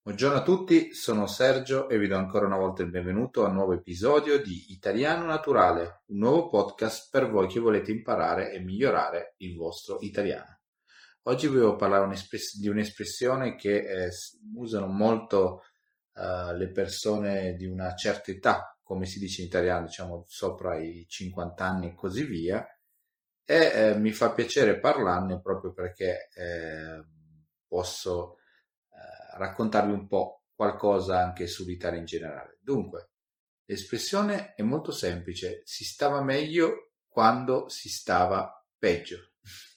Buongiorno a tutti, sono Sergio e vi do ancora una volta il benvenuto a un nuovo episodio di Italiano Naturale, un nuovo podcast per voi che volete imparare e migliorare il vostro italiano. Oggi volevo parlare di un'espressione che usano molto le persone di una certa età, come si dice in italiano, diciamo sopra i 50 anni e così via, e mi fa piacere parlarne proprio perché posso raccontarvi un po' qualcosa anche sull'Italia in generale. Dunque, l'espressione è molto semplice: si stava meglio quando si stava peggio.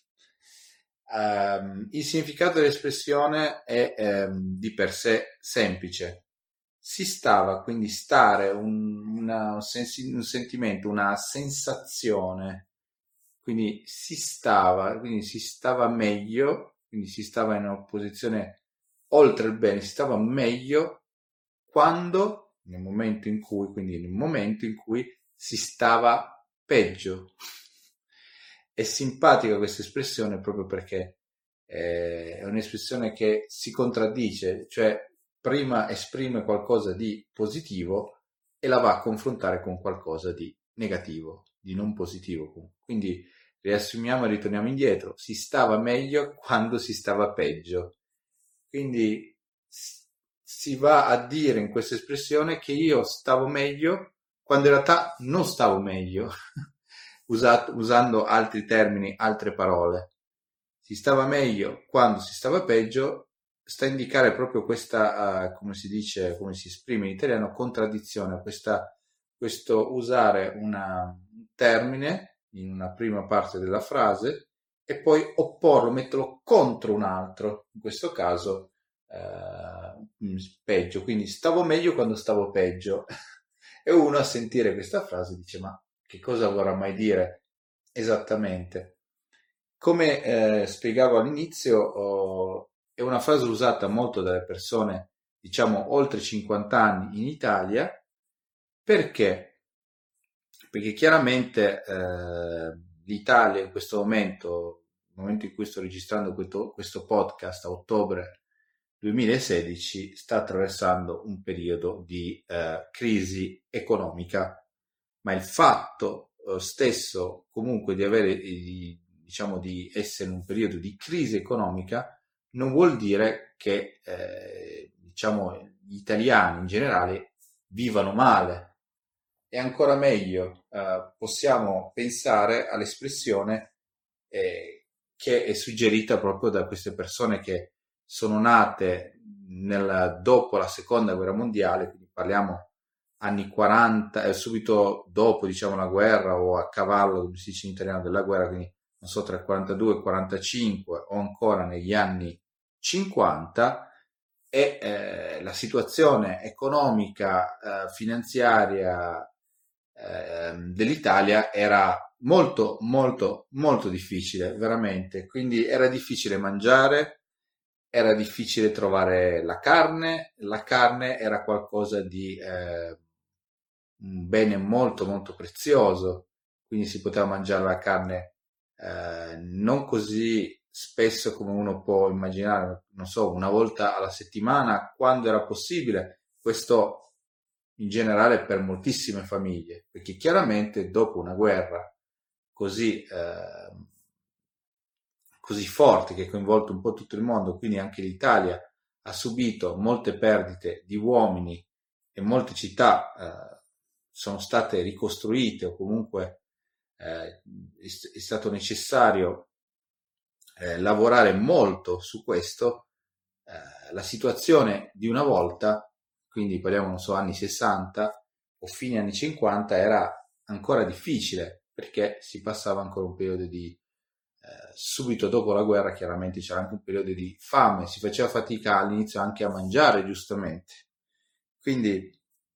Il significato dell'espressione è di per sé semplice. Si stava, quindi stare, un sentimento, una sensazione, quindi si stava meglio, quindi si stava in una posizione oltre il bene, si stava meglio quando, nel momento in cui si stava peggio. È simpatica questa espressione proprio perché è un'espressione che si contraddice, cioè prima esprime qualcosa di positivo e la va a confrontare con qualcosa di negativo, di non positivo. Quindi riassumiamo e ritorniamo indietro: si stava meglio quando si stava peggio. Quindi si va a dire in questa espressione che io stavo meglio quando in realtà non stavo meglio, usando altri termini, altre parole. Si stava meglio quando si stava peggio, sta a indicare proprio questa, come si dice, come si esprime in italiano, contraddizione, questo usare un termine in una prima parte della frase e poi opporlo, metterlo contro un altro, in questo caso peggio, quindi stavo meglio quando stavo peggio. E uno a sentire questa frase dice: ma che cosa vorrà mai dire esattamente? Come spiegavo all'inizio, è una frase usata molto dalle persone, diciamo, oltre 50 anni in Italia. Perché? Perché chiaramente l'Italia in questo momento, nel momento in cui sto registrando questo podcast a ottobre 2016, sta attraversando un periodo di crisi economica, ma il fatto stesso comunque di avere, diciamo, di essere in un periodo di crisi economica non vuol dire che diciamo, gli italiani in generale vivano male. E ancora meglio, possiamo pensare all'espressione che è suggerita proprio da queste persone che sono nate dopo la seconda guerra mondiale, quindi parliamo anni 40, subito dopo, diciamo, la guerra o a cavallo, come si dice in italiano, della guerra, quindi non so, tra il 42 e il 45 o ancora negli anni 50. E la situazione economica, finanziaria dell'Italia era molto, molto, molto difficile, veramente. Quindi era difficile mangiare, era difficile trovare la carne era qualcosa di un bene molto, molto prezioso, quindi si poteva mangiare la carne non così spesso come uno può immaginare, non so, una volta alla settimana, quando era possibile. Questo in generale per moltissime famiglie, perché chiaramente dopo una guerra così, così forte che ha coinvolto un po' tutto il mondo, quindi anche l'Italia ha subito molte perdite di uomini e molte città sono state ricostruite o comunque è stato necessario lavorare molto su questo. La situazione di una volta, quindi parliamo, non so, anni 60 o fine anni 50, era ancora difficile perché si passava ancora un periodo di subito dopo la guerra, chiaramente c'era anche un periodo di fame, si faceva fatica all'inizio anche a mangiare, giustamente. Quindi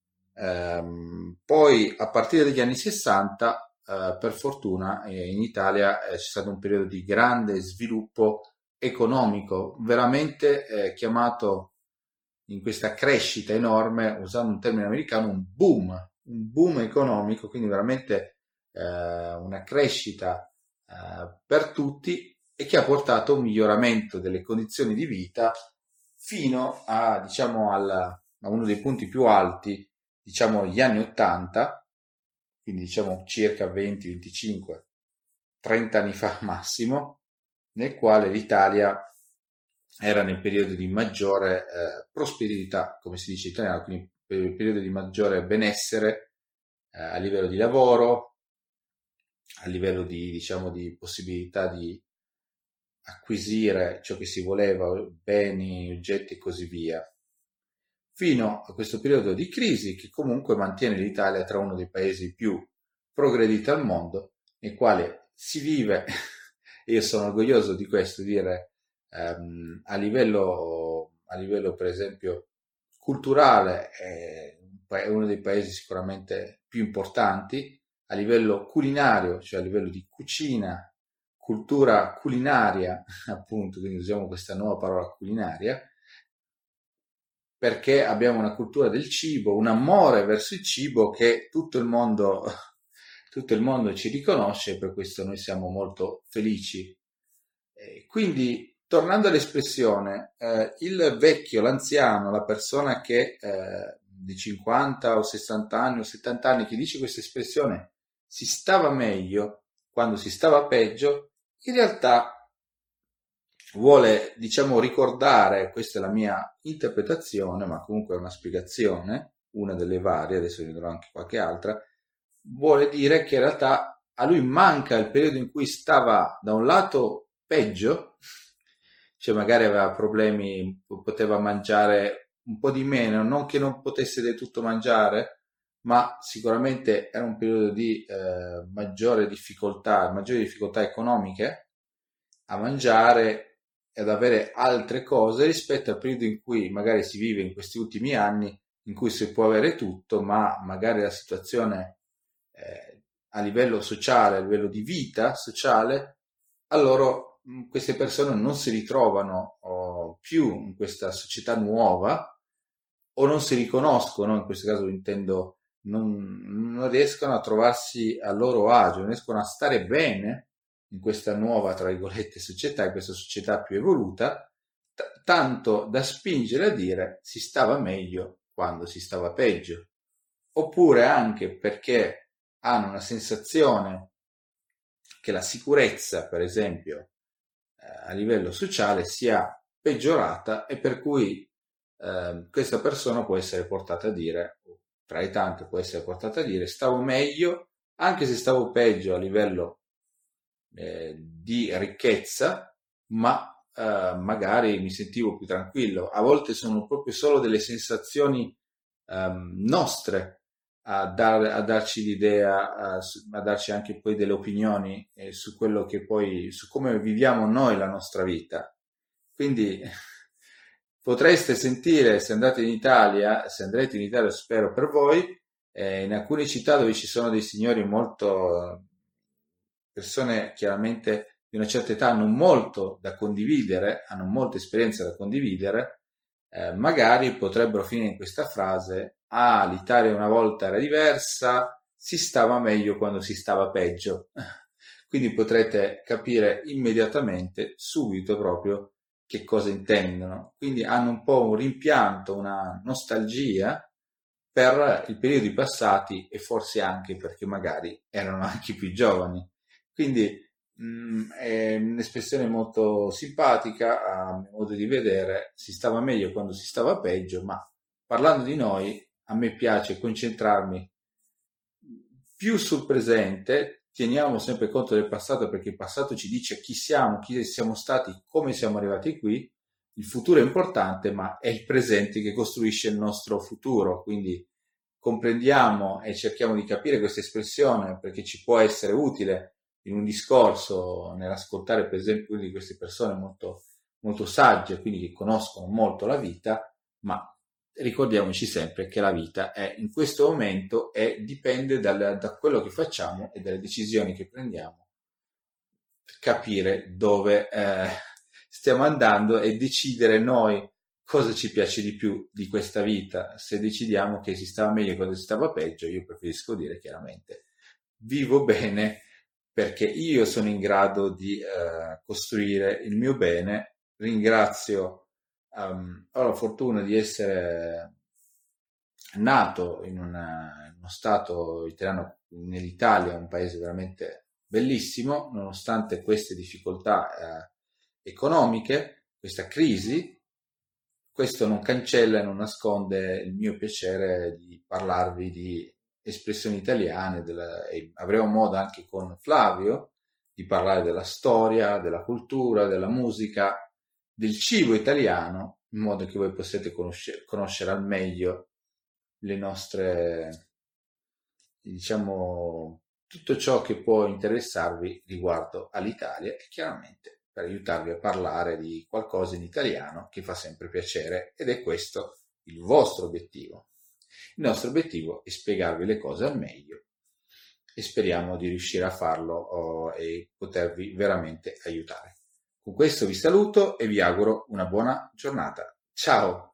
poi a partire dagli anni 60, per fortuna, in Italia c'è stato un periodo di grande sviluppo economico, veramente chiamato in questa crescita enorme, usando un termine americano, un boom economico, quindi veramente una crescita per tutti e che ha portato a un miglioramento delle condizioni di vita fino a, diciamo, a uno dei punti più alti, diciamo, gli anni 80, quindi diciamo circa 20, 25, 30 anni fa massimo, nel quale l'Italia era nel periodo di maggiore prosperità, come si dice in italiano, quindi periodo di maggiore benessere a livello di lavoro, a livello di, diciamo, di possibilità di acquisire ciò che si voleva, beni, oggetti e così via, fino a questo periodo di crisi che comunque mantiene l'Italia tra uno dei paesi più progrediti al mondo, nel quale si vive, e io sono orgoglioso di questo, dire a livello per esempio culturale è uno dei paesi sicuramente più importanti, a livello culinario, cioè a livello di cucina, cultura culinaria, appunto, quindi usiamo questa nuova parola culinaria, perché abbiamo una cultura del cibo, un amore verso il cibo che tutto il mondo ci riconosce e per questo noi siamo molto felici. Quindi, tornando all'espressione, il vecchio, l'anziano, la persona che di 50 o 60 anni o 70 anni che dice questa espressione si stava meglio quando si stava peggio, in realtà vuole, diciamo, ricordare, questa è la mia interpretazione, ma comunque è una spiegazione, una delle varie, adesso ne darò anche qualche altra, vuole dire che in realtà a lui manca il periodo in cui stava da un lato peggio, cioè magari aveva problemi, poteva mangiare un po' di meno, non che non potesse del tutto mangiare, ma sicuramente era un periodo di maggiori difficoltà economiche a mangiare e ad avere altre cose rispetto al periodo in cui magari si vive in questi ultimi anni, in cui si può avere tutto, ma magari la situazione a livello sociale, a livello di vita sociale, allora queste persone non si ritrovano più in questa società nuova o non si riconoscono, in questo caso intendo, non riescono a trovarsi a loro agio, non riescono a stare bene in questa nuova, tra virgolette, società, in questa società più evoluta, tanto da spingere a dire si stava meglio quando si stava peggio. Oppure anche perché hanno una sensazione che la sicurezza, per esempio, a livello sociale sia peggiorata e per cui questa persona può essere portata a dire, tra le tante può essere portata a dire, stavo meglio, anche se stavo peggio a livello di ricchezza, ma magari mi sentivo più tranquillo. A volte sono proprio solo delle sensazioni nostre a darci l'idea, a darci anche poi delle opinioni su quello che poi, su come viviamo noi la nostra vita. Quindi potreste sentire, se andate in Italia, se andrete in Italia, spero per voi, in alcune città dove ci sono dei signori molto, persone chiaramente di una certa età hanno molto da condividere, hanno molta esperienza da condividere, magari potrebbero finire in questa frase: ah, l'Italia una volta era diversa, si stava meglio quando si stava peggio. Quindi potrete capire immediatamente, subito proprio, che cosa intendono. Quindi hanno un po' un rimpianto, una nostalgia per i periodi passati e forse anche perché magari erano anche più giovani. Quindi è un'espressione molto simpatica, a mio modo di vedere, si stava meglio quando si stava peggio, ma parlando di noi, a me piace concentrarmi più sul presente, teniamo sempre conto del passato perché il passato ci dice chi siamo stati, come siamo arrivati qui, il futuro è importante, ma è il presente che costruisce il nostro futuro, quindi comprendiamo e cerchiamo di capire questa espressione perché ci può essere utile in un discorso, nell'ascoltare per esempio di queste persone molto, molto sagge, quindi che conoscono molto la vita, ma ricordiamoci sempre che la vita è in questo momento e dipende da quello che facciamo e dalle decisioni che prendiamo per capire dove stiamo andando e decidere noi cosa ci piace di più di questa vita. Se decidiamo che si stava meglio quando si stava peggio, io preferisco dire chiaramente vivo bene perché io sono in grado di costruire il mio bene. Ringrazio ho la fortuna di essere nato in uno stato italiano, nell'Italia, un paese veramente bellissimo, nonostante queste difficoltà economiche, questa crisi. Questo non cancella e non nasconde il mio piacere di parlarvi di espressioni italiane, e avremo modo anche con Flavio di parlare della storia, della cultura, della musica, del cibo italiano, in modo che voi possiate conoscere al meglio le nostre, diciamo, tutto ciò che può interessarvi riguardo all'Italia e chiaramente per aiutarvi a parlare di qualcosa in italiano che fa sempre piacere, ed è questo il vostro obiettivo. Il nostro obiettivo è spiegarvi le cose al meglio e speriamo di riuscire a farlo e potervi veramente aiutare. Con questo vi saluto e vi auguro una buona giornata. Ciao!